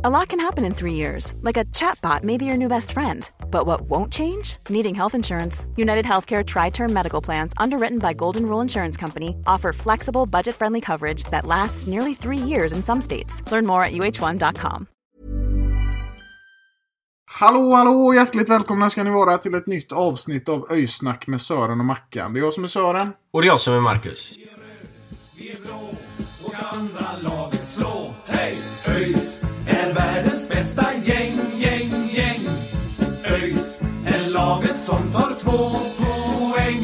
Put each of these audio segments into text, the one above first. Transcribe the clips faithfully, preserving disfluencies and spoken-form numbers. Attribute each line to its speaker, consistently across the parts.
Speaker 1: A lot can happen in three years, like a chatbot may be your new best friend. But what won't change? Needing health insurance. United Healthcare Tri-Term Medical Plans, underwritten by Golden Rule Insurance Company, offer flexible, budget-friendly coverage that lasts nearly three years in some states. Learn more at u h one dot com.
Speaker 2: Hallå, hallå, hjärtligt välkomna ska ni vara till ett nytt avsnitt av Öjsnack med Sören och Mackan. Det är jag som är Sören.
Speaker 3: Och det är jag som är Marcus.
Speaker 4: Vi är blå och ska andra laget slå. Hej! ÖIS är världens bästa gäng, gäng, gäng. ÖIS är laget som tar två poäng.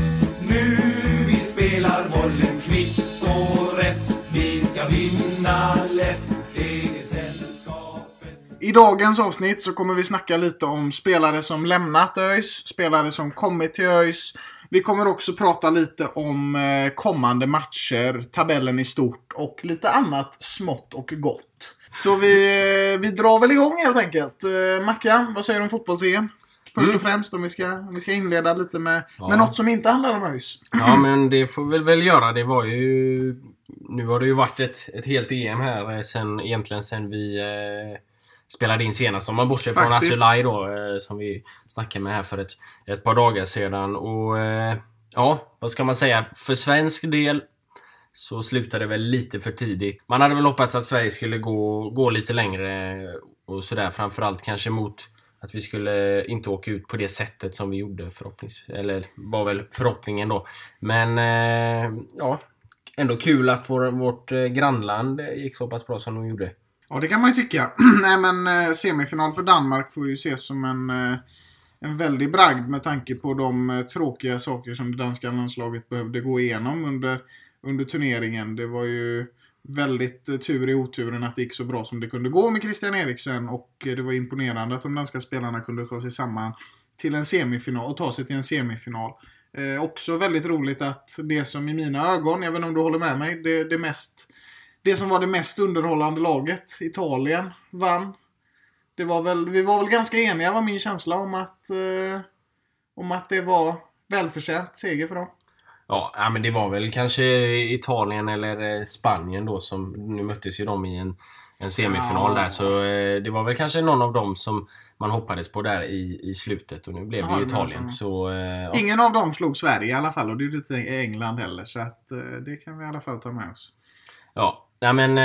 Speaker 4: Nu vi spelar bollen kvitt och rätt. Vi ska vinna lätt. Det är sällskapet.
Speaker 2: I dagens avsnitt så kommer vi snacka lite om spelare som lämnat ÖIS, spelare som kommit till ÖIS. Vi kommer också prata lite om kommande matcher, tabellen i stort och lite annat smått och gott. Så vi, vi drar väl igång helt enkelt. Mackan, vad säger du om fotbolls-E M? Först och främst om vi ska, om vi ska inleda lite med, ja. med något som inte handlar om ÖIS.
Speaker 3: Ja, men det får vi väl göra. Det var ju... Nu har det ju varit ett, ett helt E M här sen, egentligen sen vi... Eh... spelade in senast, om man bortser från Asulaj då, eh, som vi snackade med här för ett, ett par dagar sedan. Och eh, ja, vad ska man säga? För svensk del så slutade det väl lite för tidigt. Man hade väl hoppats att Sverige skulle gå, gå lite längre och sådär, framförallt kanske mot att vi skulle inte åka ut på det sättet som vi gjorde förhoppnings eller var väl förhoppningen då. Men eh, ja, ändå kul att vår, vårt eh, grannland gick så pass bra som de gjorde.
Speaker 2: Ja, det kan man ju tycka. Nej, men eh, semifinal för Danmark får ju ses som en, eh, en väldig bragd med tanke på de eh, tråkiga saker som det danska landslaget behövde gå igenom under, under turneringen. Det var ju väldigt eh, tur i oturen att det gick så bra som det kunde gå med Christian Eriksen, och eh, det var imponerande att de danska spelarna kunde ta sig samman till en semifinal och ta sig till en semifinal. Eh, också väldigt roligt att det som i mina ögon, jag vet inte om du håller med mig, det, det mest... Det som var det mest underhållande laget, Italien, vann. Det var väl, vi var väl ganska eniga, var min känsla, om att, eh, om att det var välförtjänt seger för dem.
Speaker 3: Ja, men det var väl kanske Italien eller Spanien då, som nu möttes ju de i en, en semifinal ja. där. Så eh, det var väl kanske någon av dem som man hoppades på där i, i slutet, och nu blev ja, det ju Italien. Så, eh, ja.
Speaker 2: Ingen av dem slog Sverige i alla fall, och det är inte England heller, så att, eh, det kan vi i alla fall ta med oss.
Speaker 3: Ja. Ja, men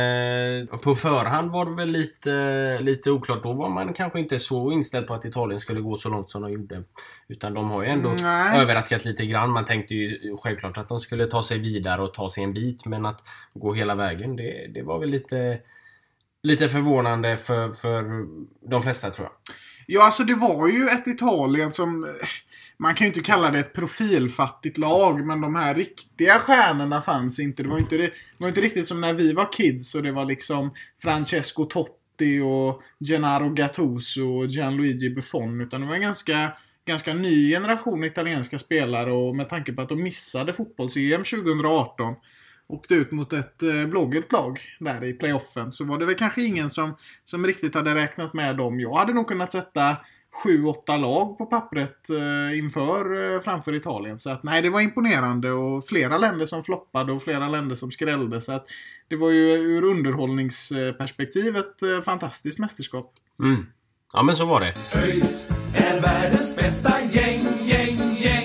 Speaker 3: eh, på förhand var det väl lite, lite oklart. Då var man kanske inte så inställd på att Italien skulle gå så långt som de gjorde. Utan de har ju ändå Nej. överraskat lite grann. Man tänkte ju självklart att de skulle ta sig vidare och ta sig en bit. Men att gå hela vägen, det, det var väl lite, lite förvånande för, för de flesta, tror jag.
Speaker 2: Ja, alltså det var ju ett Italien som... Man kan ju inte kalla det ett profilfattigt lag, men de här riktiga stjärnorna fanns inte. Det var inte, det var inte riktigt som när vi var kids, och det var liksom Francesco Totti och Gennaro Gattuso och Gianluigi Buffon, utan det var en ganska, ganska ny generation italienska spelare, och med tanke på att de missade fotbolls-E M tjugo arton åkte ut mot ett eh, blågult lag där i playoffen, så var det väl kanske ingen som, som riktigt hade räknat med dem. Jag hade nog kunnat sätta sju åtta lag på pappret eh, inför eh, framför Italien. Så att nej, det var imponerande, och flera länder som floppade och flera länder som skrällde. Så att det var ju ur underhållningsperspektiv ett eh, fantastiskt mästerskap.
Speaker 3: Mm. Ja, men så var det.
Speaker 4: ÖIS är världens bästa gäng, gäng, gäng.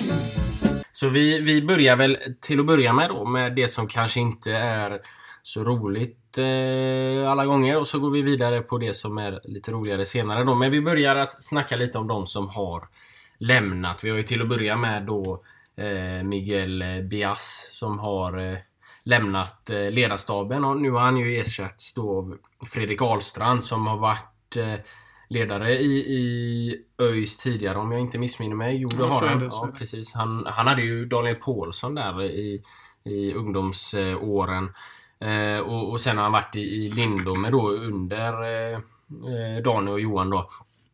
Speaker 3: Så vi, vi börjar väl till att börja med då med det som kanske inte är så roligt eh, alla gånger, och så går vi vidare på det som är lite roligare senare då. Men vi börjar att snacka lite om de som har lämnat. Vi har ju till att börja med då eh, Miguel Bias som har eh, lämnat eh, ledarstaben, och nu har han ju ersatts då av Fredrik Ahlstrand som har varit eh, ledare i, i ÖIS tidigare, om jag inte missminner mig. Jo, det har han. Ja, precis. Han, han hade ju Daniel Paulsson där i, i ungdomsåren. Eh, och, och sen har han varit i, i Lindome då under eh, Daniel och Johan då.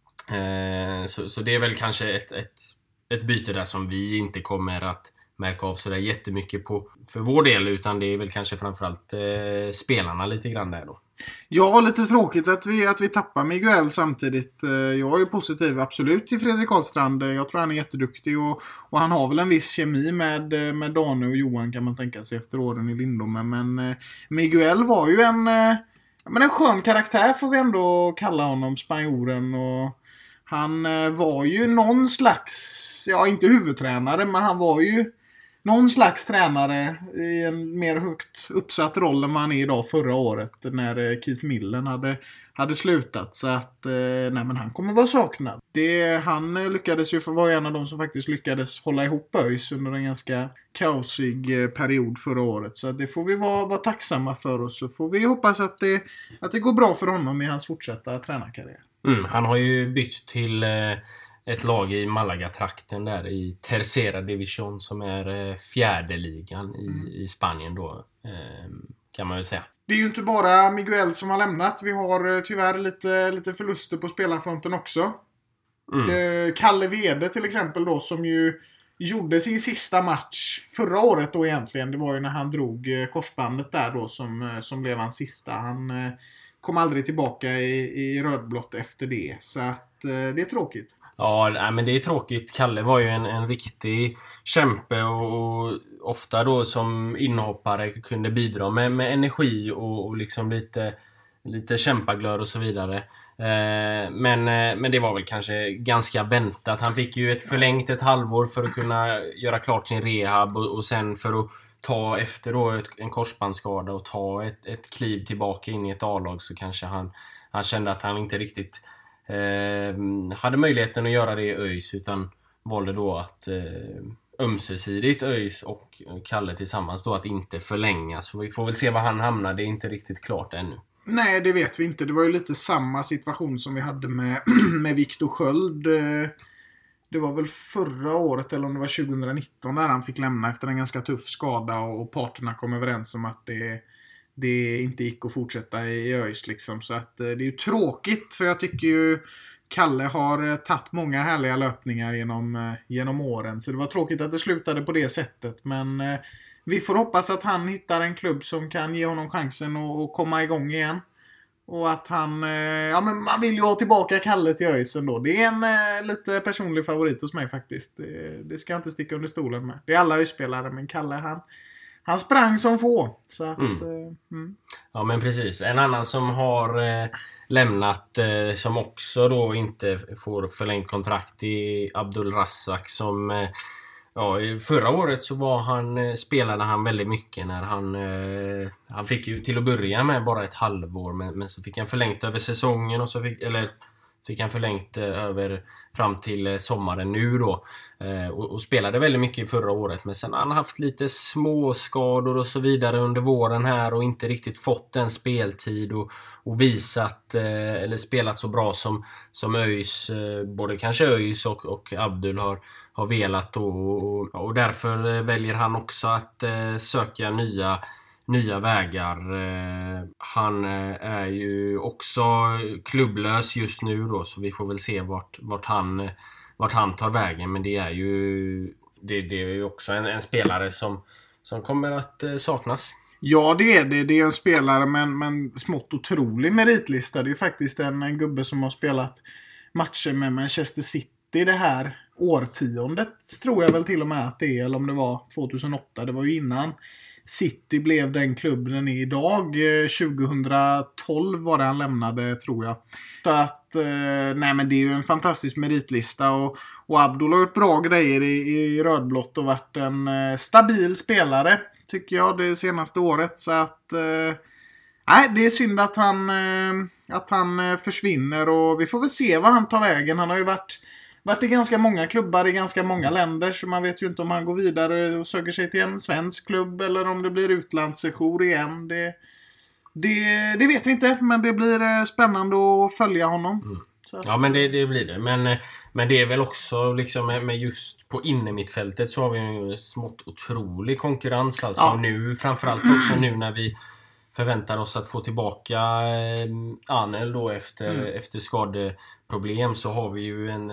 Speaker 3: Eh, så, så det är väl kanske ett, ett, ett byte där som vi inte kommer att märka av sådär jättemycket på för vår del, utan det är väl kanske framförallt eh, spelarna lite grann där då.
Speaker 2: Ja, lite tråkigt att vi, att vi tappar Miguel samtidigt. Jag är positiv absolut till Fredrik Ahlstrand. Jag tror han är jätteduktig, och, och han har väl en viss kemi med, med Dane och Johan, kan man tänka sig, efter åren i Lindome. Men Miguel var ju en, Men en skön karaktär får vi ändå kalla honom, spanjoren. Och han eh, var ju någon slags, ja inte huvudtränare, men han var ju någon slags tränare i en mer högt uppsatt roll än man är idag förra året när Keith Millen hade, hade slutat. Så att, eh, nej men han kommer vara saknad. Det, han lyckades ju få vara en av de som faktiskt lyckades hålla ihop ÖIS under en ganska kaosig period förra året. Så det får vi vara, vara tacksamma för oss. Så får vi hoppas att det, att det går bra för honom i hans fortsatta tränarkarriär.
Speaker 3: Mm, han har ju bytt till eh, ett lag i Malaga-trakten där i Tercera Division som är eh, fjärde ligan i, mm. i Spanien då, eh, kan man ju säga.
Speaker 2: Det är ju inte bara Miguel som har lämnat. Vi har tyvärr lite, lite förluster på spelarfronten också. Mm. Eh, Kalle Wede till exempel då, som ju gjorde sin sista match förra året då egentligen. Det var ju när han drog korsbandet där då som, som blev hans sista. Han eh, kom aldrig tillbaka i, i rödblått efter det. Så att eh, det är tråkigt.
Speaker 3: Ja, men det är tråkigt. Kalle var ju en, en riktig kämpe och, och ofta då som inhoppare kunde bidra med, med energi och, och liksom lite, lite kämpaglöd och så vidare. Eh, men, men det var väl kanske ganska väntat. Han fick ju ett förlängt ett halvår för att kunna göra klart sin rehab och, och sen för att ta efter då ett, en korsbandsskada och ta ett, ett kliv tillbaka in i ett A-lag, så kanske han, han kände att han inte riktigt Eh, hade möjligheten att göra det i ÖIS, utan valde då att eh, ömsesidigt ÖIS och Kalle tillsammans då att inte förlänga. Så vi får väl se var han hamnar. Det är inte riktigt klart ännu.
Speaker 2: Nej, det vet vi inte. Det var ju lite samma situation som vi hade med, med Viktor Sköld. Det var väl förra året eller om det var tjugonitton där han fick lämna efter en ganska tuff skada och parterna kom överens om att det det inte gick att fortsätta i ÖIS liksom. Så att det är ju tråkigt, för jag tycker ju Kalle har tagit många härliga löpningar genom, genom åren. Så det var tråkigt att det slutade på det sättet. Men eh, vi får hoppas att han hittar en klubb som kan ge honom chansen att komma igång igen. Och att han, eh, ja men man vill ju ha tillbaka Kalle till ÖIS ändå. Det är en eh, lite personlig favorit hos mig faktiskt. Det, det ska jag inte sticka under stolen med. Det är alla ÖIS-spelare, men Kalle han Han sprang som få. Så att,
Speaker 3: mm.
Speaker 2: eh, mm.
Speaker 3: Ja, men precis. En annan som har eh, lämnat eh, som också då inte får förlängt kontrakt är Abdul Razak som eh, ja, förra året så var han, eh, spelade han väldigt mycket när han eh, han fick ju till att börja med bara ett halvår, men, men så fick han förlängt över säsongen och så fick, eller fick han förlängt eh, över fram till eh, sommaren nu då. Eh, och, och spelade väldigt mycket förra året. Men sen har han haft lite små skador och så vidare under våren här. Och inte riktigt fått den speltid och, och visat eh, eller spelat så bra som, som ÖIS. Eh, både kanske ÖIS och, och Abdul har, har velat. Och, och, och därför väljer han också att eh, söka nya nya vägar. Han är ju också klubblös just nu då, så vi får väl se vart, vart, han, vart han tar vägen. Men det är ju, det, det är ju också en, en spelare som, som kommer att saknas.
Speaker 2: Ja, det är det. Det är en spelare men, men smått otrolig meritlista. Det är ju faktiskt en, en gubbe som har spelat matcher med Manchester City det här årtiondet, tror jag väl till och med att det är, eller om det var tjugohundraåtta. Det var ju innan City blev den klubb den är idag. tjugotolv var det han lämnade, tror jag. Så att, nej men det är ju en fantastisk meritlista. Och, och Abdul har gjort bra grejer i, i rödblått och varit en stabil spelare, tycker jag, det senaste året. Så att, nej, det är synd att han, att han försvinner. Och vi får väl se vad han tar vägen. Han har ju varit varit i ganska många klubbar i ganska många länder, så man vet ju inte om han går vidare och söker sig till en svensk klubb eller om det blir utlandssejour igen. Det, det, det vet vi inte, men det blir spännande att följa honom.
Speaker 3: Mm. Ja, men det, det blir det. Men, men det är väl också liksom med just på innermittfältet så har vi en smått otrolig konkurrens. Alltså ja. Nu, framförallt också nu när vi förväntar oss att få tillbaka eh, Anel då efter, mm. efter skadeproblem, så har vi ju en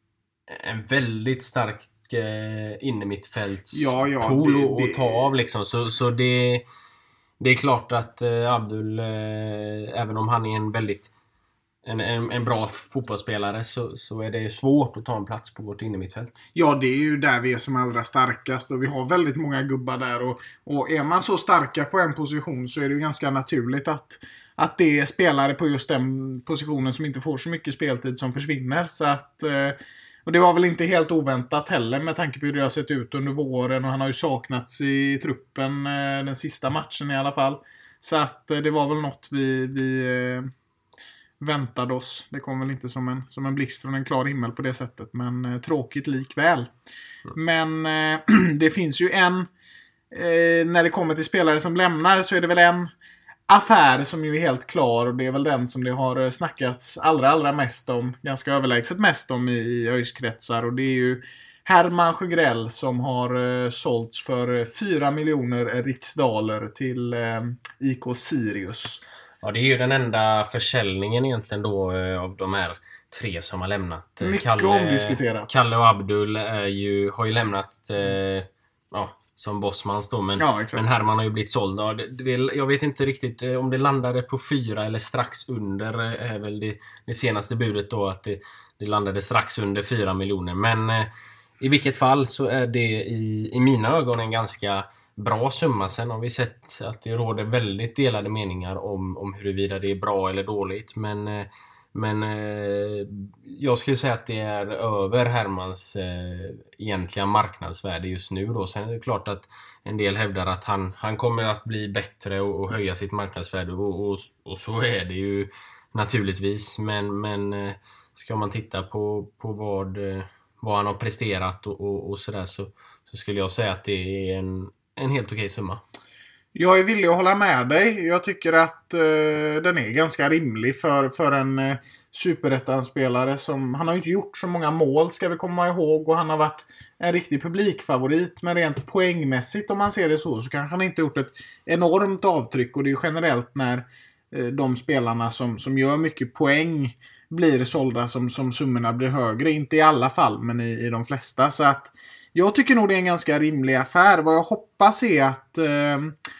Speaker 3: en väldigt stark eh, innermittfälts
Speaker 2: ja, ja,
Speaker 3: pool
Speaker 2: det,
Speaker 3: att
Speaker 2: det,
Speaker 3: ta av liksom. Så, så det, det är klart att eh, Abdul, eh, även om han är en väldigt en, en, en bra fotbollsspelare, så, så är det svårt att ta en plats på vårt innermittfält.
Speaker 2: Ja, det är ju där vi är som allra starkast och vi har väldigt många gubbar där. Och, och är man så starka på en position så är det ju ganska naturligt att att det är spelare på just den positionen som inte får så mycket speltid som försvinner. Så att, och det var väl inte helt oväntat heller med tanke på hur det har sett ut under våren. Och han har ju saknats i truppen den sista matchen i alla fall. Så att det var väl något vi, vi väntade oss. Det kom väl inte som en, som en blixt från en klar himmel på det sättet. Men tråkigt likväl. Men det finns ju en... när det kommer till spelare som lämnar så är det väl en affär som ju är helt klar, och det är väl den som det har snackats allra allra mest om, ganska överlägset mest om i, i ÖIS-kretsar, och det är ju Herman Sjögrell som har uh, sålts för fyra miljoner riksdaler till uh, I K Sirius.
Speaker 3: Ja, det är ju den enda försäljningen egentligen då uh, av de här tre som har lämnat.
Speaker 2: Mycket
Speaker 3: Kalle,
Speaker 2: omdiskuterat.
Speaker 3: Kalle och Abdul är ju, har ju lämnat uh, ja som bossman då, men,
Speaker 2: ja,
Speaker 3: men Herman har ju blivit såld. Ja, det, det, jag vet inte riktigt om det landade på fyra eller strax under, är väl det, det senaste budet då, att det, det landade strax under fyra miljoner. Men eh, i vilket fall så är det i, i mina ögon en ganska bra summa. Sen har vi sett att det råder väldigt delade meningar om, om huruvida det är bra eller dåligt. Men eh, Men eh, jag skulle säga att det är över Hermans eh, egentliga marknadsvärde just nu då. Sen är det klart att en del hävdar att han, han kommer att bli bättre och, och höja sitt marknadsvärde. Och, och, och så är det ju naturligtvis. Men, men eh, ska man titta på, på vad, eh, vad han har presterat och, och, och sådär, så, så skulle jag säga att det är en, en helt okej summa.
Speaker 2: Jag är villig att hålla med dig. Jag tycker att eh, den är ganska rimlig för, för en eh, superettan-spelare som... Han har ju inte gjort så många mål, ska vi komma ihåg. Och han har varit en riktig publikfavorit. Men rent poängmässigt, om man ser det så, så kanske han inte gjort ett enormt avtryck. Och det är ju generellt när eh, de spelarna som, som gör mycket poäng blir sålda som, som summorna blir högre. Inte i alla fall, men i, i de flesta. Så att jag tycker nog det är en ganska rimlig affär. Vad jag hoppas är att... Eh,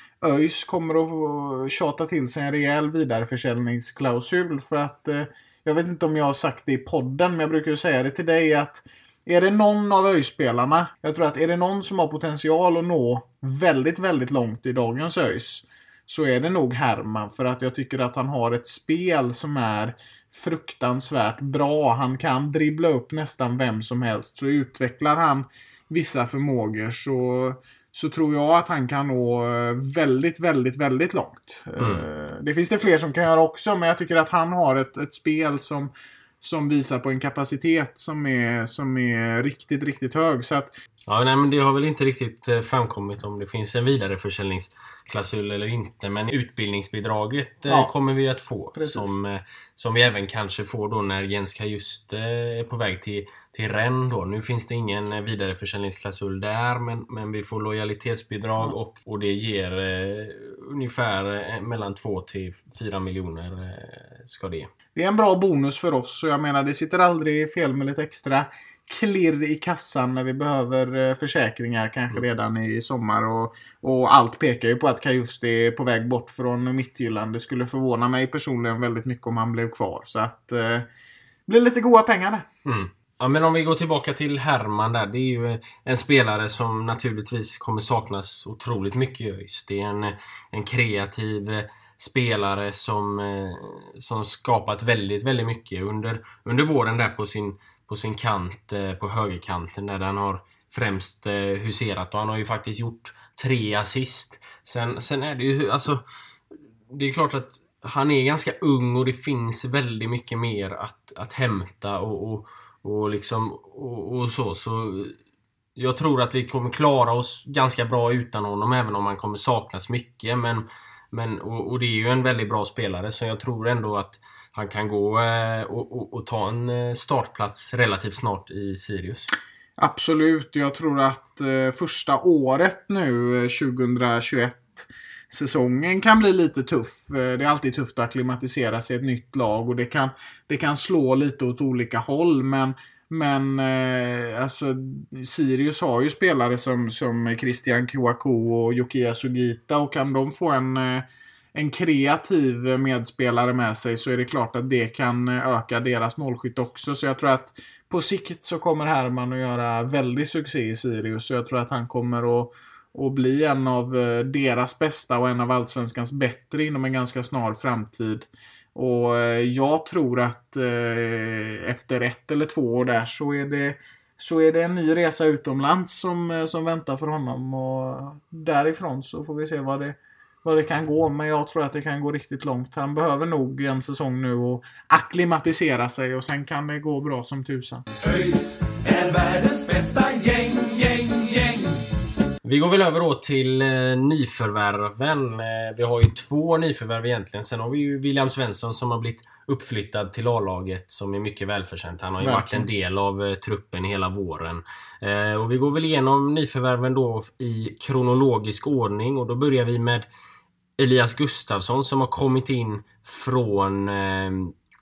Speaker 2: ÖIS kommer att tjata till sig en rejäl vidareförsäljningsklausul, för att eh, jag vet inte om jag har sagt det i podden, men jag brukar ju säga det till dig, att är det någon av ÖIS-spelarna, jag tror att är det någon som har potential att nå väldigt väldigt långt i dagens ÖIS, så är det nog Herman, för att jag tycker att han har ett spel som är fruktansvärt bra. Han kan dribbla upp nästan vem som helst, så utvecklar han vissa förmågor så så tror jag att han kan nå väldigt, väldigt, väldigt långt. Mm. Det finns det fler som kan göra också, men jag tycker att han har ett, ett spel som, som visar på en kapacitet som är, som är riktigt, riktigt hög. Så att...
Speaker 3: Ja, nej, men det har väl inte riktigt framkommit om det finns en vidareförsäljningsklausul eller inte, men utbildningsbidraget ja. kommer vi att få. Som, som vi även kanske får då när Jens Kajuste är på väg till, till Rennes då. Nu finns det ingen vidareförsäljningsklausul där, men, men vi får lojalitetsbidrag ja. och, och det ger eh, ungefär eh, mellan två till fyra miljoner eh, ska det.
Speaker 2: Det är en bra bonus för oss, så jag menar det sitter aldrig fel med lite extra klirr i kassan när vi behöver försäkringar kanske redan i sommar, och, och allt pekar ju på att Kajuste är på väg bort från Midtjylland. Det skulle förvåna mig personligen väldigt mycket om han blev kvar, så att eh, blir lite goda pengar där.
Speaker 3: Mm. Ja, men om vi går tillbaka till Herman där, det är ju en spelare som naturligtvis kommer saknas otroligt mycket. Just. Det är en, en kreativ spelare som, som skapat väldigt, väldigt mycket under, under våren där på sin på sin kant, på högerkanten där han har främst huserat, och han har ju faktiskt gjort tre assist. Sen, sen är det ju, alltså det är klart att han är ganska ung och det finns väldigt mycket mer att, att hämta och, och, och liksom och, och så, så jag tror att vi kommer klara oss ganska bra utan honom, även om han kommer saknas mycket, men, men och, och det är ju en väldigt bra spelare, så jag tror ändå att han kan gå eh, och, och, och ta en startplats relativt snart i Sirius.
Speaker 2: Absolut, jag tror att eh, första året nu, tjugohundratjugoett, säsongen kan bli lite tuff. Det är alltid tufft att akklimatisera sig i ett nytt lag, och det kan, det kan slå lite åt olika håll, men Men eh, alltså, Sirius har ju spelare som, som Christian Kouakou och Yukiya Sugita, och kan de få en, en kreativ medspelare med sig, så är det klart att det kan öka deras målskytt också. Så jag tror att på sikt så kommer Herman att göra väldigt succé i Sirius, så jag tror att han kommer att, och bli en av deras bästa och en av allsvenskans bättre inom en ganska snar framtid. Och jag tror att eh, efter ett eller två år där så är det så är det en ny resa utomlands som, som väntar för honom, och därifrån så får vi se vad det, vad det kan gå. Men jag tror att det kan gå riktigt långt. Han behöver nog en säsong nu och akklimatisera sig, och sen kan det gå bra som tusan.
Speaker 4: ÖIS är världens bästa gäng, gäng, gäng.
Speaker 3: Vi går väl över då till eh, nyförvärven. Eh, vi har ju två nyförvärv egentligen. Sen har vi ju William Svensson som har blivit uppflyttad till A-laget, som är mycket välförtjänt. Han har ju verkligen varit en del av eh, truppen hela våren. Eh, och vi går väl igenom nyförvärven då i kronologisk ordning. Och då börjar vi med Elias Gustafsson som har kommit in från, eh,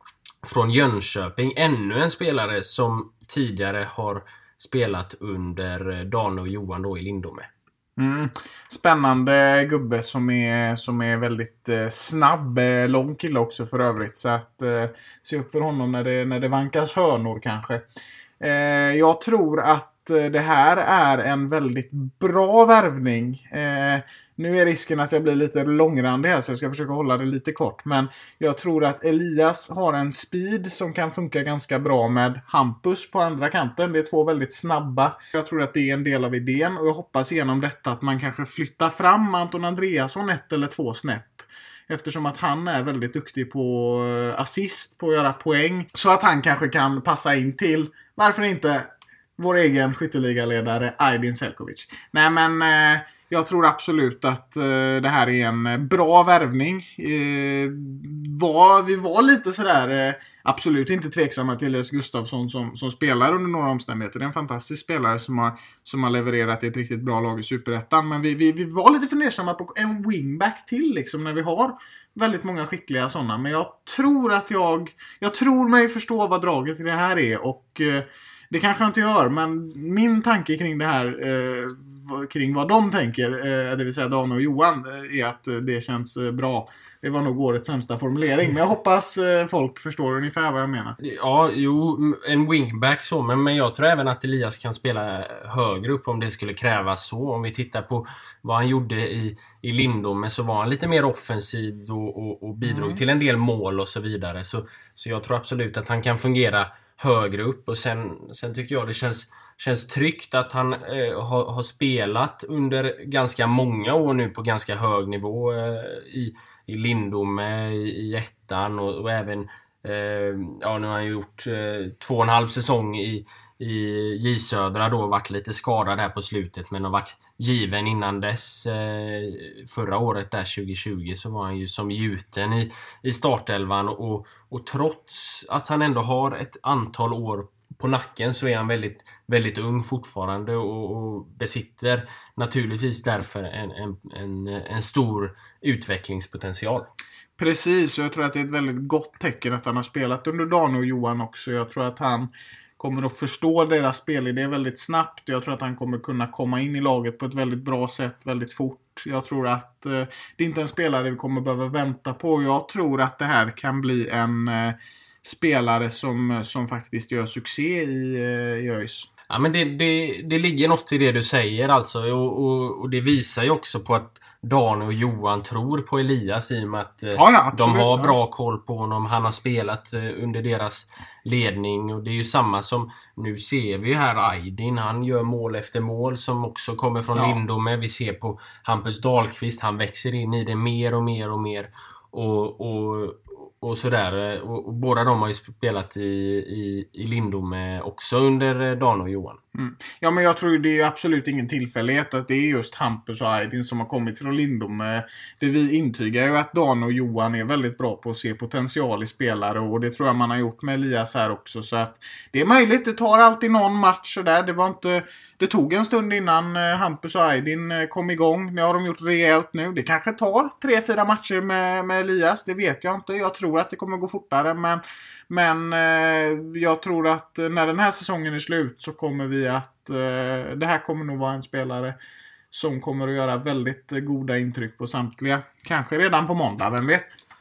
Speaker 3: från Jönköping. Ännu en spelare som tidigare har spelat under Dan och Johan då i Lindome.
Speaker 2: Mm. Spännande gubbe som är, som är väldigt eh, snabb, eh, lång kille också för övrigt. Så att eh, se upp för honom när det, när det vankas hörnor kanske. Eh, jag tror att eh, det här är en väldigt bra värvning. Eh, nu är risken att jag blir lite långrandig här, så jag ska försöka hålla det lite kort. Men jag tror att Elias har en speed som kan funka ganska bra med Hampus på andra kanten. Det är två väldigt snabba. Jag tror att det är en del av idén, och jag hoppas genom detta att man kanske flyttar fram Anton Andreasson ett eller två snäpp. Eftersom att han är väldigt duktig på assist, på att göra poäng. Så att han kanske kan passa in till, varför inte, vår egen skytteligaledare Aydin Selkovic. Nej men eh, jag tror absolut att eh, det här är en bra värvning. Eh, var, vi var lite sådär eh, absolut inte tveksamma till Elias Gustafsson som, som spelar under några omständigheter. Det är en fantastisk spelare som har, som har levererat i ett riktigt bra lag i Superettan. Men vi, vi, vi var lite fundersamma på en wingback till liksom, när vi har väldigt många skickliga sådana. Men jag tror att jag jag tror mig förstå vad draget i det här är, och eh, det kanske jag inte gör, men min tanke kring det här, eh, kring vad de tänker, eh, det vill säga Dan och Johan, eh, är att det känns eh, bra. Det var nog årets sämsta formulering, men jag hoppas eh, folk förstår ungefär vad jag menar.
Speaker 3: Ja, jo, en wingback så, men, men jag tror även att Elias kan spela högre upp om det skulle krävas så. Om vi tittar på vad han gjorde i, i Lindome, så var han lite mer offensiv och, och, och bidrog mm. till en del mål och så vidare. Så, så jag tror absolut att han kan fungera högre upp, och sen, sen tycker jag det känns, känns tryggt att han eh, har, har spelat under ganska många år nu på ganska hög nivå eh, i, i Lindome, i, i ettan och, och även eh, ja, nu har han gjort eh, två och en halv säsong i, i J Södra, då varit lite skadad här på slutet, men har varit given innan dess. Eh, förra året där tjugo tjugo så var han ju som gjuten i, i startelvan, och, och trots att han ändå har ett antal år på nacken så är han väldigt, väldigt ung fortfarande, och, och besitter naturligtvis därför en, en, en, en stor utvecklingspotential.
Speaker 2: Precis, och jag tror att det är ett väldigt gott tecken att han har spelat under Dan och Johan också. Jag tror att han kommer att förstå deras spelidé väldigt snabbt. Jag tror att han kommer kunna komma in i laget på ett väldigt bra sätt väldigt fort. Jag tror att eh, det är inte en spelare vi kommer behöva vänta på. Jag tror att det här kan bli en eh, spelare som, som faktiskt gör succé i, eh, i ÖIS.
Speaker 3: Ja, men det, det, det ligger något i det du säger alltså, och, och, och det visar ju också på att Dan och Johan tror på Elias i och med att eh,
Speaker 2: ja, ja, absolut,
Speaker 3: de har bra
Speaker 2: ja.
Speaker 3: koll på honom. Han har spelat eh, under deras ledning, och det är ju samma som nu ser vi här Aydin, han gör mål efter mål som också kommer från ja. Lindome. Vi ser på Hampus Dahlqvist, han växer in i det mer och mer och mer, och, och och sådär, och, och båda de har ju spelat i, i, i Lindome också under Dan och Johan.
Speaker 2: Mm. Ja, men jag tror det är absolut ingen tillfällighet att det är just Hampus och Aydin som har kommit från Lindome. Det vi intygar ju att Dan och Johan är väldigt bra på att se potential i spelare, och det tror jag man har gjort med Elias här också, så att det är möjligt, det tar alltid någon match och där. Det var inte, det tog en stund innan Hampus och Aydin kom igång. Nu har de gjort rejält nu. Det kanske tar tre, fyra matcher med, med Elias, det vet jag inte. Jag tror att det kommer gå fortare, men Men eh, jag tror att när den här säsongen är slut så kommer vi att eh, det här kommer nog vara en spelare som kommer att göra väldigt goda intryck på samtliga. Kanske redan på måndag, vem vet?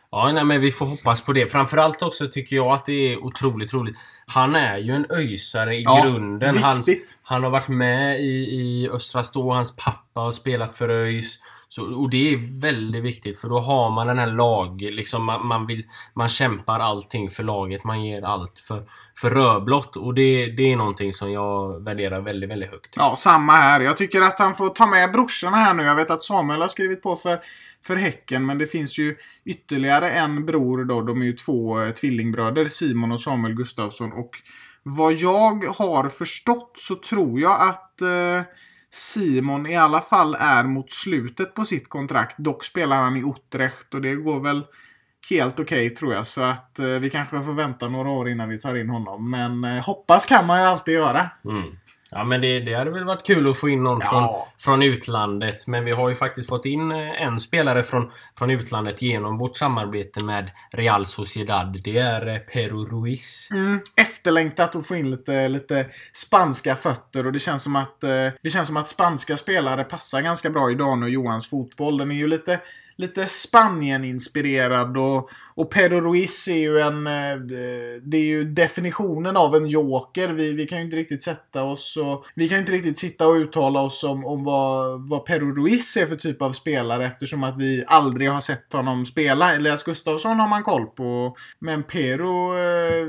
Speaker 3: Ja, nej, men vi får hoppas på det. Framförallt också tycker jag att det är otroligt roligt. Han är ju en öjsare i
Speaker 2: ja,
Speaker 3: grunden. Han, han har varit med i, i Östra Stå. Hans pappa har spelat för ÖIS. Så, och det är väldigt viktigt, för då har man den här lag, liksom man, man vill, man kämpar allting för laget, man ger allt för, för rödblått, och det, det är någonting som jag värderar väldigt, väldigt högt.
Speaker 2: Ja, samma här. Jag tycker att han får ta med brorsorna här nu. Jag vet att Samuel har skrivit på för, för Häcken, men det finns ju ytterligare en bror då. De är ju två eh, tvillingbröder, Simon och Samuel Gustafsson, och vad jag har förstått så tror jag att eh, Simon i alla fall är mot slutet på sitt kontrakt. Dock spelar han i Utrecht och det går väl helt okej okay, tror jag. Så att eh, vi kanske får vänta några år innan vi tar in honom. Men eh, hoppas kan man ju alltid göra.
Speaker 3: Mm. Ja, men det, det hade väl varit kul att få in någon ja. från, från utlandet. Men vi har ju faktiskt fått in en spelare från, från utlandet genom vårt samarbete med Real Sociedad. Det är Pero Ruiz.
Speaker 2: Mm, efterlängtat att få in lite, lite spanska fötter. Och det känns som att, det känns som att spanska spelare passar ganska bra i Dan och Johans fotboll. Den är ju lite... Lite Spanien-inspirerad, och, och Pedro Ruiz är ju en det är ju definitionen av en joker. Vi, vi kan ju inte riktigt sätta oss och, vi kan ju inte riktigt sitta och uttala oss om, om vad, vad Pedro Ruiz är för typ av spelare, eftersom att vi aldrig har sett honom spela. Elias Gustafsson har man koll på, men Pedro,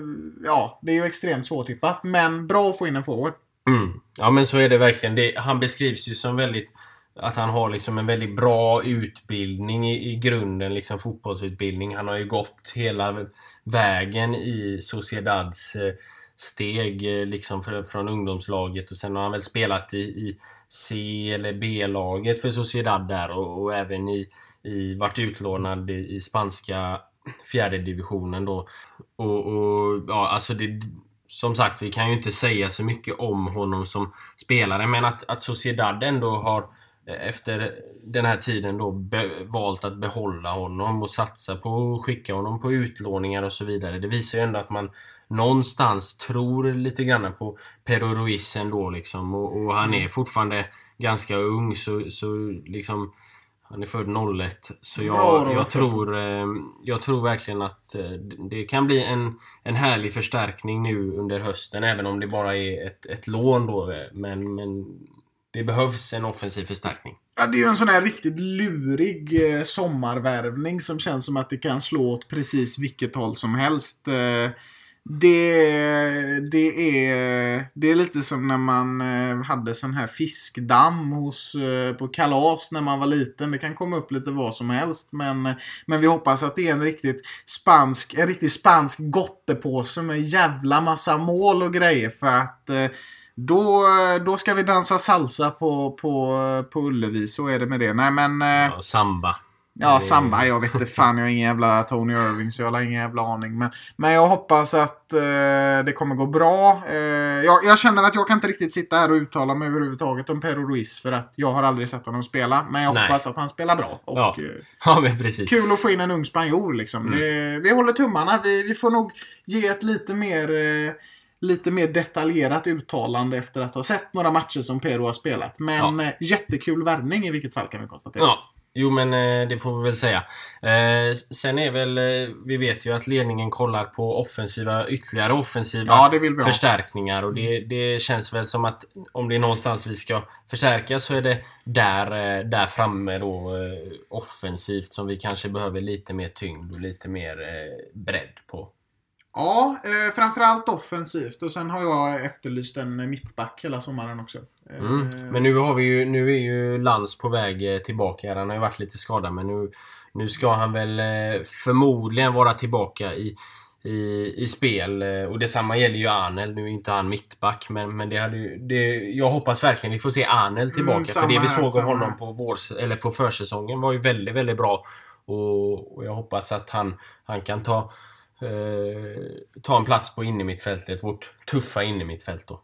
Speaker 2: ja, det är ju extremt svårtippat, men bra att få in en forward.
Speaker 3: Mm. Ja, men så är det verkligen. Det, han beskrivs ju som väldigt, att han har liksom en väldigt bra utbildning i, i grunden, liksom fotbollsutbildning. Han har ju gått hela vägen i Sociedads eh, steg, eh, liksom för, från ungdomslaget, och sen har han väl spelat i, i C- eller B-laget för Sociedad där, och, och även i, i varit utlånad i, i spanska fjärde divisionen då. Och, och ja, alltså det, som sagt, vi kan ju inte säga så mycket om honom som spelare, men att, att Sociedad ändå har efter den här tiden då be- valt att behålla honom och satsa på att skicka honom på utlåningar och så vidare. Det visar ju ändå att man någonstans tror lite grann på Pedro Ruiz ändå liksom, och, och han är fortfarande ganska ung, så, så liksom han är född noll ett, så jag, jag, tror, jag tror verkligen att det kan bli en, en härlig förstärkning nu under hösten, även om det bara är ett, ett lån då, men, men det behövs en offensiv förstärkning.
Speaker 2: Ja, det är ju en sån här riktigt lurig eh, sommarvärvning som känns som att det kan slå åt precis vilket håll som helst. Eh, det, det, är, det är lite som när man eh, hade sån här fiskdamm hos, eh, på kalas när man var liten. Det kan komma upp lite vad som helst, men, men vi hoppas att det är en riktigt spansk, en riktigt spansk gottepåse med jävla massa mål och grejer, för att eh, Då, då ska vi dansa salsa på, på, på Ullevi, så är det med det. Nej, men...
Speaker 3: Ja, samba.
Speaker 2: Ja, samba. Jag vet inte fan, jag har ingen jävla Tony Irving, så jag har ingen jävla aning. Men, men jag hoppas att eh, det kommer gå bra. Eh, jag, jag känner att jag kan inte riktigt sitta här och uttala mig överhuvudtaget om Pedro Ruiz, för att jag har aldrig sett honom spela. Men jag Nej. hoppas att han spelar bra. Och,
Speaker 3: ja. Ja, men precis.
Speaker 2: Kul att få in en ung spanjor liksom. Mm. Det, vi håller tummarna. Vi, vi får nog ge ett lite mer... Eh, lite mer detaljerat uttalande efter att ha sett några matcher som Pedro har spelat. Men ja. jättekul värvning i vilket fall, kan vi konstatera.
Speaker 3: Ja, jo men eh, det får vi väl säga. Eh, sen är väl, eh, vi vet ju att ledningen kollar på offensiva, ytterligare offensiva
Speaker 2: ja, det vill vi
Speaker 3: förstärkningar. Och det, det känns väl som att om det är någonstans vi ska förstärka, så är det där, eh, där framme då, eh, offensivt, som vi kanske behöver lite mer tyngd och lite mer eh, bredd på.
Speaker 2: Ja, eh, framförallt offensivt. Och sen har jag efterlyst en mittback hela sommaren också. Eh,
Speaker 3: mm. Men nu har vi ju, nu är ju Lans på väg tillbaka. Han har ju varit lite skadad, men nu, nu ska han väl eh, förmodligen vara tillbaka i, i, i spel. Och detsamma gäller ju Arnel. Nu är inte han mittback, men, men det hade ju, det, jag hoppas verkligen vi får se Arnel tillbaka. Mm, för det vi såg om honom på, vår, eller på försäsongen var ju väldigt, väldigt bra. Och, och jag hoppas att han, han kan ta... Uh, ta en plats på innermittfältet, vårt tuffa innermittfält då.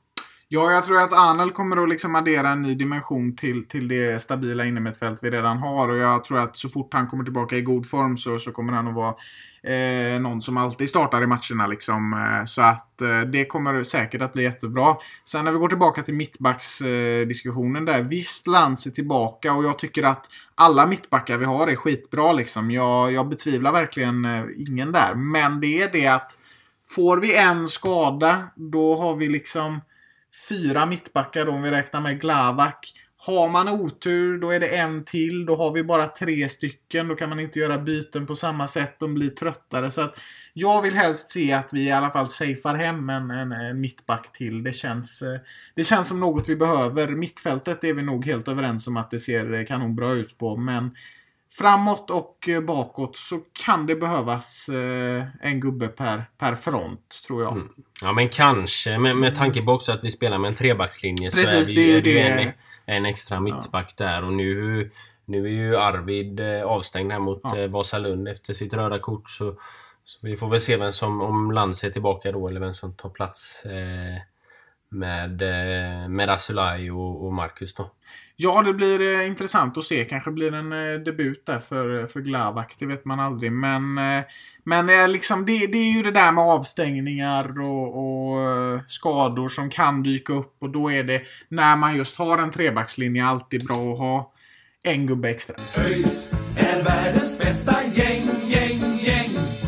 Speaker 2: Ja, jag tror att Arnel kommer att liksom addera en ny dimension till, till det stabila innermittfält vi redan har. Och jag tror att så fort han kommer tillbaka i god form så, så kommer han att vara eh, någon som alltid startar i matcherna. Liksom. Så att eh, det kommer säkert att bli jättebra. Sen när vi går tillbaka till mittbacksdiskussionen eh, där. Visst, Lantz är tillbaka och jag tycker att alla mittbackar vi har är skitbra. Liksom. Jag, jag betvivlar verkligen eh, ingen där. Men det är det att får vi en skada, då har vi liksom fyra mittbackar då, om vi räknar med Glavak. Har man otur, då är det en till. Då har vi bara tre stycken. Då kan man inte göra byten på samma sätt. De blir tröttare. Så att jag vill helst se att vi i alla fall safear hem en, en, en mittback till. Det känns, det känns som något vi behöver. Mittfältet är vi nog helt överens om att det ser kanonbra ut på. Men framåt och bakåt så kan det behövas eh, en gubbe per, per front, tror jag. Mm.
Speaker 3: Ja, men kanske. Med, med tanke på också att vi spelar med en trebackslinje.
Speaker 2: Precis,
Speaker 3: så är, vi,
Speaker 2: det är
Speaker 3: är det ju en,
Speaker 2: det.
Speaker 3: en extra mittback ja. där. Och nu, nu är ju Arvid avstängd här mot ja. Vasalund efter sitt röda kort. Så, så vi får väl se vem som, om Lantz är tillbaka då, eller vem som tar plats eh, med, eh, med Asulaj och, och Marcus då.
Speaker 2: Ja, det blir eh, intressant att se. Kanske blir en eh, debut där för, för Glavak. Det vet man aldrig. Men, eh, men eh, liksom det, det är ju det där med avstängningar och, och eh, skador som kan dyka upp. Och då är det, när man just har en trebackslinje, alltid bra att ha en gubbe extra.
Speaker 4: ÖIS är världens bästa gäng, gäng, gäng.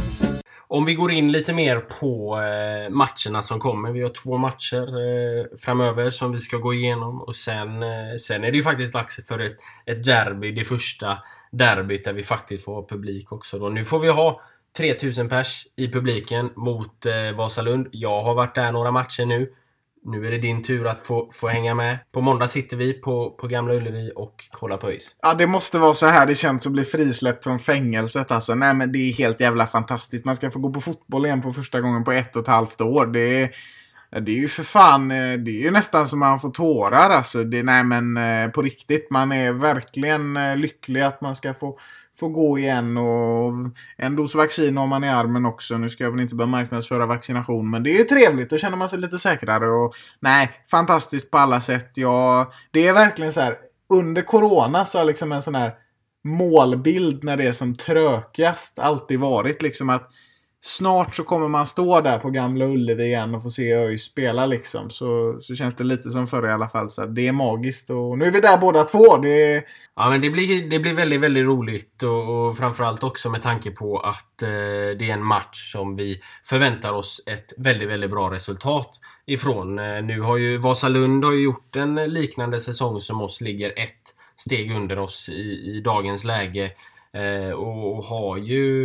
Speaker 3: Om vi går in lite mer på eh, matcherna som kommer. Vi har två matcher eh, framöver som vi ska gå igenom. Och sen, eh, sen är det ju faktiskt dags för ett, ett derby. Det första derbyt där vi faktiskt får ha publik också. Då. Nu får vi ha tre tusen pers i publiken mot eh, Vasalund. Jag har varit där några matcher nu. Nu är det din tur att få, få hänga med. På måndag sitter vi på, på Gamla Ullevi och kollar på ÖIS.
Speaker 2: Ja, det måste vara så här det känns att bli frisläppt från fängelset. Alltså. Nej, men det är helt jävla fantastiskt. Man ska få gå på fotboll igen på första gången på ett och ett halvt år. Det är, det är ju för fan, det är ju nästan som man får tårar. Alltså. Det, nej, men på riktigt. Man är verkligen lycklig att man ska få... Får gå igen och en dos vaccin har man i armen också. Nu ska jag väl inte börja marknadsföra vaccination, men det är trevligt. Då känner man sig lite säkrare och nej, fantastiskt på alla sätt. Ja, det är verkligen så här, under corona så har liksom en sån här målbild när det är som trökigast alltid varit liksom att snart så kommer man stå där på Gamla Ullevi igen och få se ÖIS spela liksom. Så, så känns det lite som förr i alla fall. Så det är magiskt och nu är vi där båda två. Det är...
Speaker 3: Ja, men det blir, det blir väldigt, väldigt roligt och, och framförallt också med tanke på att eh, det är en match som vi förväntar oss ett väldigt, väldigt bra resultat ifrån. Eh, nu har ju Vasalund har ju gjort en liknande säsong som oss, ligger ett steg under oss i, i dagens läge eh, och, och har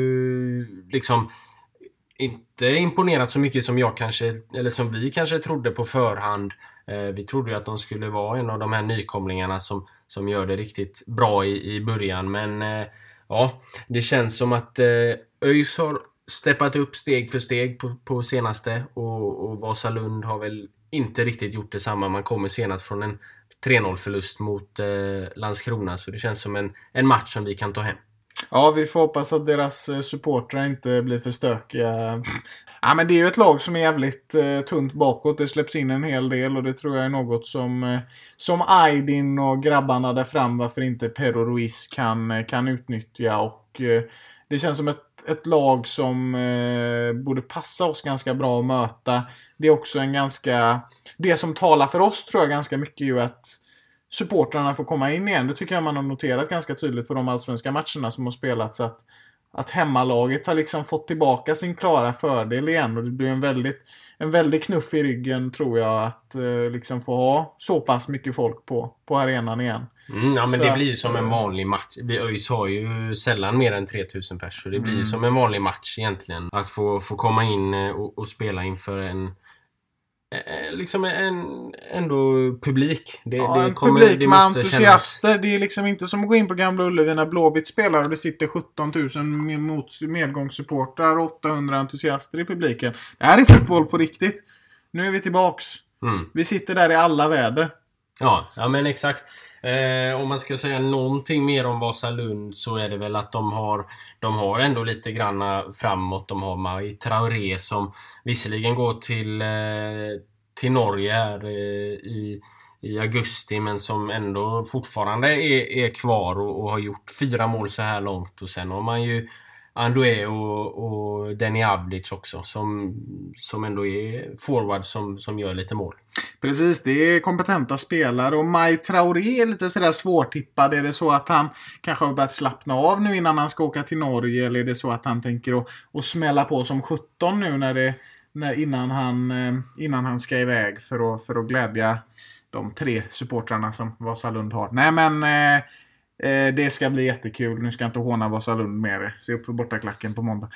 Speaker 3: ju liksom inte imponerat så mycket som jag kanske, eller som vi kanske trodde på förhand. Eh, vi trodde ju att de skulle vara en av de här nykomlingarna som, som gör det riktigt bra i, i början. Men eh, ja, det känns som att eh, ÖIS har steppat upp steg för steg på, på senaste. Och, och Vasalund har väl inte riktigt gjort detsamma. Man kommer senast från en tre noll förlust mot eh, Landskrona. Så det känns som en, en match som vi kan ta hem.
Speaker 2: Ja, vi får hoppas att deras supportrar inte blir för stökiga. Ja, men det är ju ett lag som är jävligt eh, tunt bakåt. Det släpps in en hel del och det tror jag är något som, eh, som Aydin och grabbarna där fram, varför inte Pero Ruiz kan, kan utnyttja. Och eh, det känns som ett, ett lag som eh, borde passa oss ganska bra att möta. Det är också en ganska... Det som talar för oss tror jag ganska mycket är ju att supportrarna får komma in igen. Det tycker jag man har noterat ganska tydligt på de allsvenska matcherna som har spelats, att, att hemmalaget har liksom fått tillbaka sin klara fördel igen och det blir en väldigt, en väldigt knuff i ryggen tror jag att eh, liksom få ha så pass mycket folk på, på arenan igen.
Speaker 3: Mm, ja, men
Speaker 2: så
Speaker 3: det blir ju
Speaker 2: att,
Speaker 3: som en vanlig match. Vi ÖIS har ju sällan mer än tre tusen pers, så det blir ju mm. som en vanlig match egentligen. Att få, få komma in och, och spela inför en liksom en ändå publik. Det,
Speaker 2: ja,
Speaker 3: det
Speaker 2: en
Speaker 3: kommer,
Speaker 2: publik
Speaker 3: det
Speaker 2: med
Speaker 3: måste
Speaker 2: entusiaster.
Speaker 3: Kännas.
Speaker 2: Det är liksom inte som att gå in på Gamla Ullevi när Blåvitt spelar och det sitter sjutton tusen mot medgångssupportrar och åttahundra entusiaster i publiken. Det här är fotboll på riktigt. Nu är vi tillbaks. Mm. Vi sitter där i alla väder.
Speaker 3: Ja, ja men exakt. Eh, om man ska säga någonting mer om Vasalund så är det väl att de har de har ändå lite granna framåt. De har Maj Traoré som visserligen går till eh, till Norge här i, i augusti, men som ändå fortfarande är, är kvar och, och har gjort fyra mål så här långt. Och sen har man ju Andoué och, och Deni Avdic också som, som ändå är forward som, som gör lite mål.
Speaker 2: Precis, det är kompetenta spelare och Maj Traoré är lite sådär svårtippad. Är det så att han kanske har börjat slappna av nu innan han ska åka till Norge, eller är det så att han tänker att, att smälla på som sjutton nu när det, när, innan, han, innan han ska iväg för att, för att glädja de tre supportrarna som Vasalund har? Nej men eh, det ska bli jättekul. Nu ska jag inte håna Vasalund mer. Se upp för bortaklacken på måndag.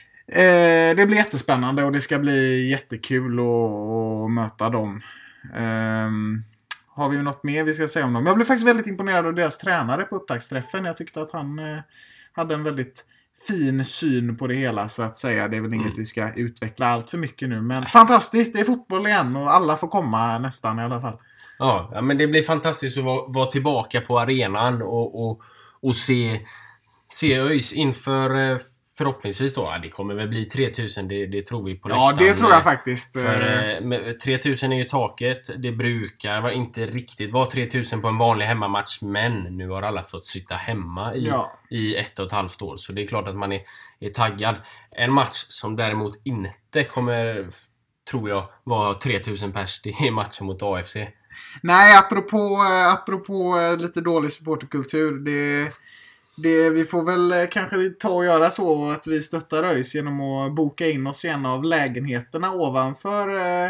Speaker 2: Eh, det blir jättespännande och det ska bli jättekul att, att möta dem. Eh, har vi något mer vi ska säga om dem? Jag blev faktiskt väldigt imponerad av deras tränare på upptaktsträffen. Jag tyckte att han eh, hade en väldigt fin syn på det hela, så att säga. Det är väl inget mm. vi ska utveckla allt för mycket nu. Men fantastiskt, det är fotboll igen och alla får komma nästan i alla fall.
Speaker 3: Ja, men det blir fantastiskt att vara, vara tillbaka på arenan och, och, och se, se ÖIS inför förhoppningsvis då. Ja, det kommer väl bli tre tusen, det, det tror vi på läktaren.
Speaker 2: Ja, det tror jag faktiskt.
Speaker 3: För tre tusen är ju taket. Det brukar vara inte riktigt vara tre tusen på en vanlig hemmamatch, men nu har alla fått sitta hemma i, ja. i ett och ett halvt år. Så det är klart att man är, är taggad. En match som däremot inte kommer, tror jag, vara tre tusen pers i matchen mot A F C.
Speaker 2: Nej, apropå, apropå lite dålig supporterkultur, det, det, vi får väl kanske ta och göra så att vi stöttar ÖIS genom att boka in oss i en av lägenheterna ovanför, eh,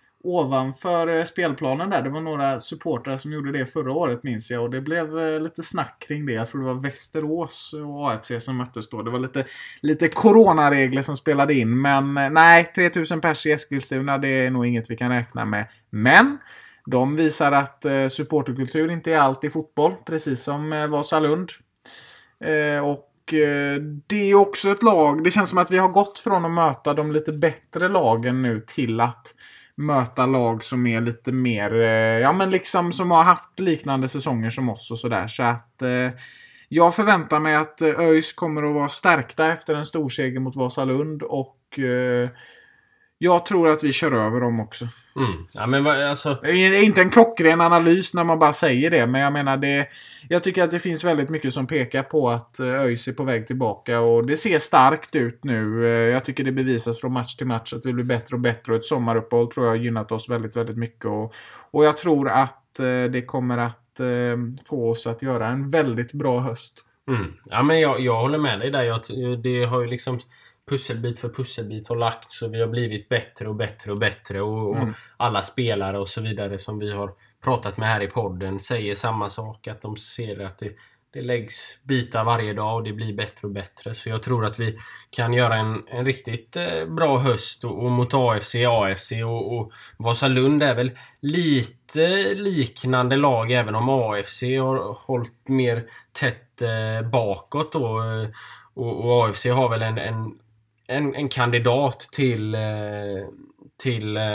Speaker 2: ovanför spelplanen där. Det var några supportrar som gjorde det förra året, minns jag, och det blev lite snack kring det. Jag tror det var Västerås och A F C som möttes då. Det var lite, lite coronaregler som spelade in, men nej, tre tusen pers i Eskilstuna, det är nog inget vi kan räkna med. Men de visar att eh, supporterkultur inte är allt i fotboll, precis som eh, Vasalund. Eh, och eh, det är också ett lag, det känns som att vi har gått från att möta de lite bättre lagen nu till att möta lag som är lite mer, eh, ja men liksom som har haft liknande säsonger som oss och sådär. Så att eh, jag förväntar mig att eh, ÖIS kommer att vara stärkta efter en stor seger mot Vasalund och eh, jag tror att vi kör över dem också.
Speaker 3: Mm. Ja, men alltså...
Speaker 2: Det är inte en klockren analys när man bara säger det, men jag menar det, jag tycker att det finns väldigt mycket som pekar på att ÖIS är på väg tillbaka och det ser starkt ut nu. Jag tycker det bevisas från match till match att vi blir bättre och bättre och ett sommaruppehåll tror jag har gynnat oss väldigt, väldigt mycket och, och jag tror att det kommer att få oss att göra en väldigt bra höst.
Speaker 3: Mm. Ja, men jag, jag håller med dig där. Jag, det har ju liksom pusselbit för pusselbit har lagt, så vi har blivit bättre och bättre och bättre och, mm. och alla spelare och så vidare som vi har pratat med här i podden säger samma sak, att de ser att det, det läggs bitar varje dag och det blir bättre och bättre. Så jag tror att vi kan göra en, en riktigt eh, bra höst och, och mot A F C, A F C och, och Vasalund är väl lite liknande lag, även om A F C har hållit mer tätt eh, bakåt då, och, och A F C har väl en, en En, en kandidat till, eh, till eh,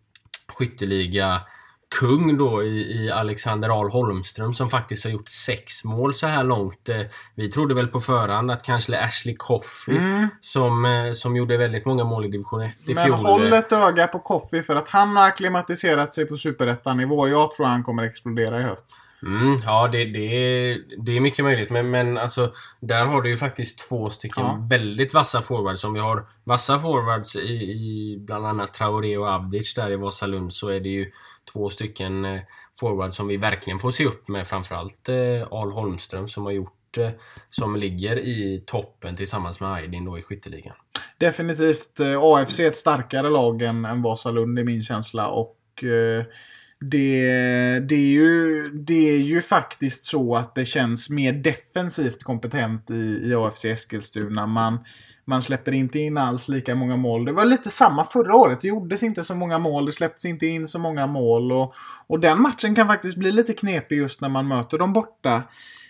Speaker 3: skytteliga kung då i, i Alexander Ahl Holmström som faktiskt har gjort sex mål så här långt. Eh, vi trodde väl på förhand att kanske Ashley Coffey mm. som, eh, som gjorde väldigt många mål i division ett i
Speaker 2: Men
Speaker 3: fjol.
Speaker 2: håll ett öga på Coffey för att han har akklimatiserat sig på superettanivå. Jag tror han kommer explodera i höst.
Speaker 3: Mm, ja, det, det, det är mycket möjligt. Men, men alltså, där har du ju faktiskt två stycken ja. väldigt vassa forwards. Om vi har vassa forwards i, i bland annat Traoré och Avdic där i Vasalund, så är det ju två stycken eh, forwards som vi verkligen får se upp med. Framförallt eh, Ahl Holmström som har gjort eh, som ligger i toppen tillsammans med Aydin då i skytteligan.
Speaker 2: Definitivt. eh, A F C är ett starkare lag än, än Vasalund i min känsla och... Eh, Det, det, är ju, det är ju faktiskt så att det känns mer defensivt kompetent i, i A F C Eskilstuna. Man, man släpper inte in alls lika många mål. Det var lite samma förra året. Det gjordes inte så många mål. Det släpptes inte in så många mål. Och, och den matchen kan faktiskt bli lite knepig just när man möter dem borta.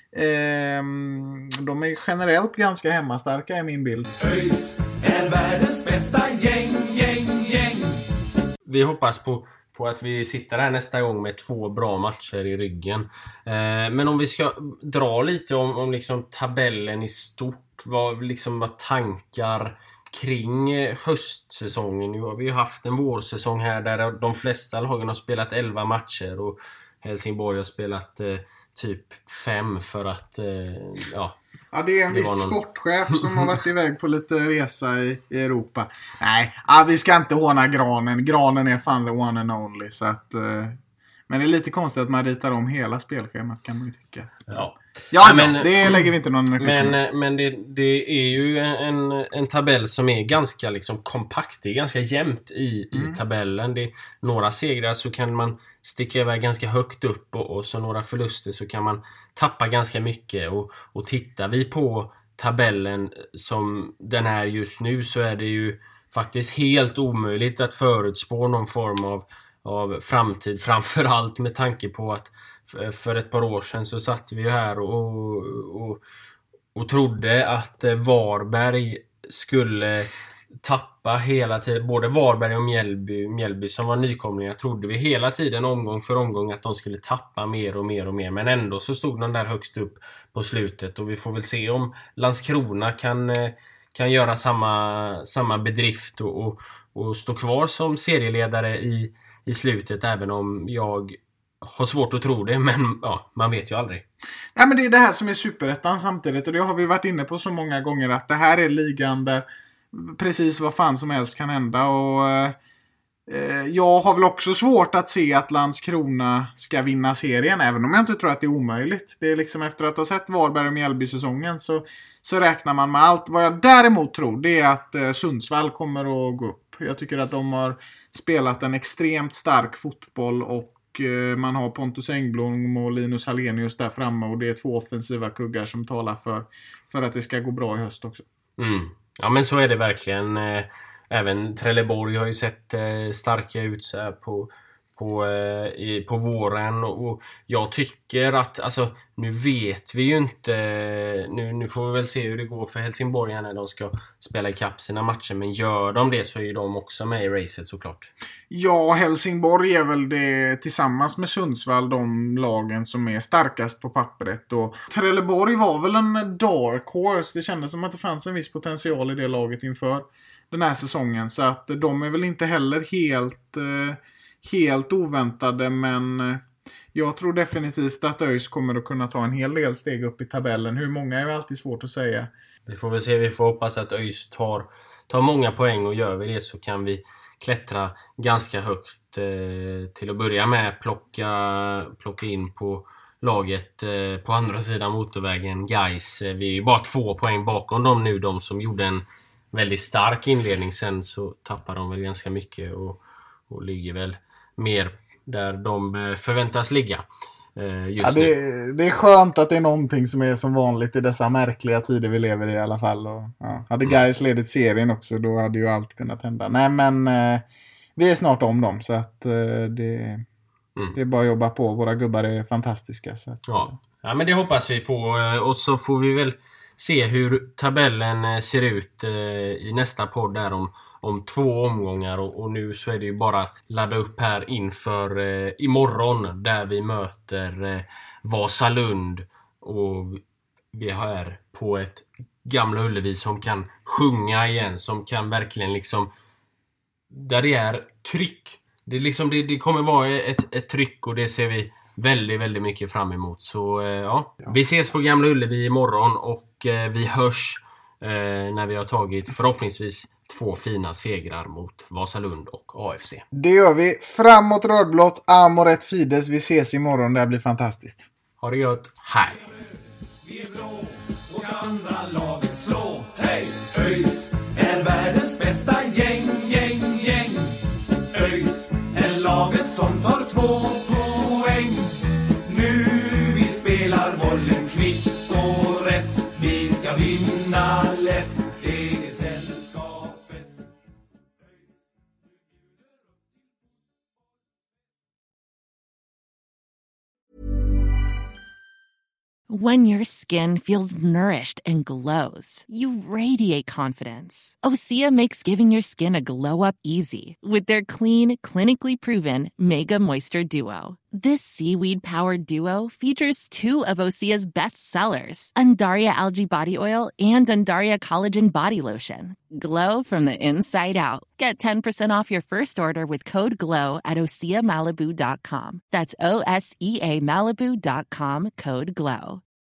Speaker 2: Ehm, de är generellt ganska hemmastarka i min bild.
Speaker 4: ÖIS är världens bästa gäng, gäng, gäng.
Speaker 3: Vi hoppas på på att vi sitter här nästa gång med två bra matcher i ryggen. Eh, men om vi ska dra lite om, om liksom tabellen i stort, vad, liksom, vad tankar kring höstsäsongen. Nu har vi ju haft en vårsäsong här där de flesta lagen har spelat elva matcher och Helsingborg har spelat eh, typ fem för att eh, ja.
Speaker 2: Ja, det är en
Speaker 3: det
Speaker 2: viss någon...
Speaker 3: sportchef
Speaker 2: som har varit iväg på lite resa i, i Europa. Nej, ja, vi ska inte håna Granen. Granen är fan the one and only. Så att, eh, men det är lite konstigt att man ritar om hela spelschemat, kan man ju tycka.
Speaker 3: Ja,
Speaker 2: ja,
Speaker 3: men,
Speaker 2: ja det lägger vi inte någon energi
Speaker 3: Men, men det, det är ju en, en tabell som är ganska liksom kompakt. Det är ganska jämnt i, mm. i tabellen. Det är några segrar så kan man sticka iväg ganska högt upp och, och så några förluster så kan man tappa ganska mycket. Och, och tittar vi på tabellen som den är just nu så är det ju faktiskt helt omöjligt att förutspå någon form av, av framtid. Framförallt med tanke på att för ett par år sedan så satt vi ju här och, och, och trodde att Varberg skulle tappa hela tiden. Både Varberg och Mjällby, Mjällby som var nykomlingar trodde vi hela tiden omgång för omgång att de skulle tappa mer och mer och mer. Men ändå så stod de där högst upp på slutet och vi får väl se om Landskrona kan, kan göra samma, samma bedrift och, och, och stå kvar som serieledare i, i slutet, även om jag har svårt att tro det, men ja, man vet ju aldrig.
Speaker 2: Ja, men det är det här som är superettan samtidigt, och det har vi varit inne på så många gånger, att det här är ligan där precis vad fan som helst kan hända. Och eh, jag har väl också svårt att se att Landskrona ska vinna serien, även om jag inte tror att det är omöjligt. Det är liksom efter att ha sett Varberg och Mjällby-säsongen så, så räknar man med allt. Vad jag däremot tror, det är att eh, Sundsvall kommer att gå upp. Jag tycker att de har spelat en extremt stark fotboll och man har Pontus Engblom och Linus Hallenius där framme, och det är två offensiva kuggar som talar för, för att det ska gå bra i höst också.
Speaker 3: Mm. Ja, men så är det verkligen. Även Trelleborg har ju sett starka ut så här på, på, i, på våren, och jag tycker att alltså, nu vet vi ju inte, nu, nu får vi väl se hur det går för Helsingborg när de ska spela i kapp sina matcher, men gör de det så är ju de också med i racet såklart.
Speaker 2: Ja, Helsingborg är väl det tillsammans med Sundsvall de lagen som är starkast på pappret, och Trelleborg var väl en dark horse. Det kändes som att det fanns en viss potential i det laget inför den här säsongen, så att de är väl inte heller helt eh, helt oväntade, men jag tror definitivt att ÖIS kommer att kunna ta en hel del steg upp i tabellen. Hur många är alltid svårt att säga.
Speaker 3: Vi får väl se, vi får hoppas att ÖIS tar, tar många poäng, och gör vi det så kan vi klättra ganska högt eh, till att börja med. Plocka, plocka in på laget eh, på andra sidan motorvägen, Gais. Vi är ju bara två poäng bakom dem nu, de som gjorde en väldigt stark inledning. Sen så tappar de väl ganska mycket och, och ligger väl mer där de förväntas ligga just
Speaker 2: ja, det, nu. Det är skönt att det är någonting som är som vanligt i dessa märkliga tider vi lever i i alla fall. Och, ja, hade mm. Gais ledit serien också, då hade ju allt kunnat hända. Nej, men eh, vi är snart om dem, så att eh, det, mm. det är bara att jobba på. Våra gubbar är fantastiska. Så att,
Speaker 3: ja. ja, men det hoppas vi på, och så får vi väl se hur tabellen ser ut eh, i nästa podd där om om två omgångar, och, och nu så är det ju bara ladda upp här inför eh, imorgon där vi möter eh, Vasalund, och vi är på ett Gamla Ullevi som kan sjunga igen, som kan verkligen liksom, där det är tryck, det, är liksom, det, det kommer vara ett, ett tryck, och det ser vi väldigt, väldigt mycket fram emot. Så eh, ja, vi ses på Gamla Ullevi imorgon, och eh, vi hörs eh, när vi har tagit förhoppningsvis två fina segrar mot Vasalund och A F C.
Speaker 2: Det gör vi. Framåt rödblått, Amoret Fides. Vi ses imorgon. Det blir fantastiskt.
Speaker 3: Ha det gött. Hej!
Speaker 4: Vi är blå och ska andra laget slå. Hej! ÖIS är världens bästa gäng, gäng, gäng. ÖIS är laget som tar två poäng. Nu vi spelar bollen kvitt och rätt. Vi ska vinna lätt. Det är
Speaker 5: when your skin feels nourished and glows, you radiate confidence. Osea makes giving your skin a glow up easy with their clean, clinically proven Mega Moisture Duo. This seaweed-powered duo features two of Osea's best sellers, Undaria Algae Body Oil and Undaria Collagen Body Lotion. Glow from the inside out. Get ten percent off your first order with code GLOW at osea malibu dot com. That's O S E A Malibu dot com, code GLOW.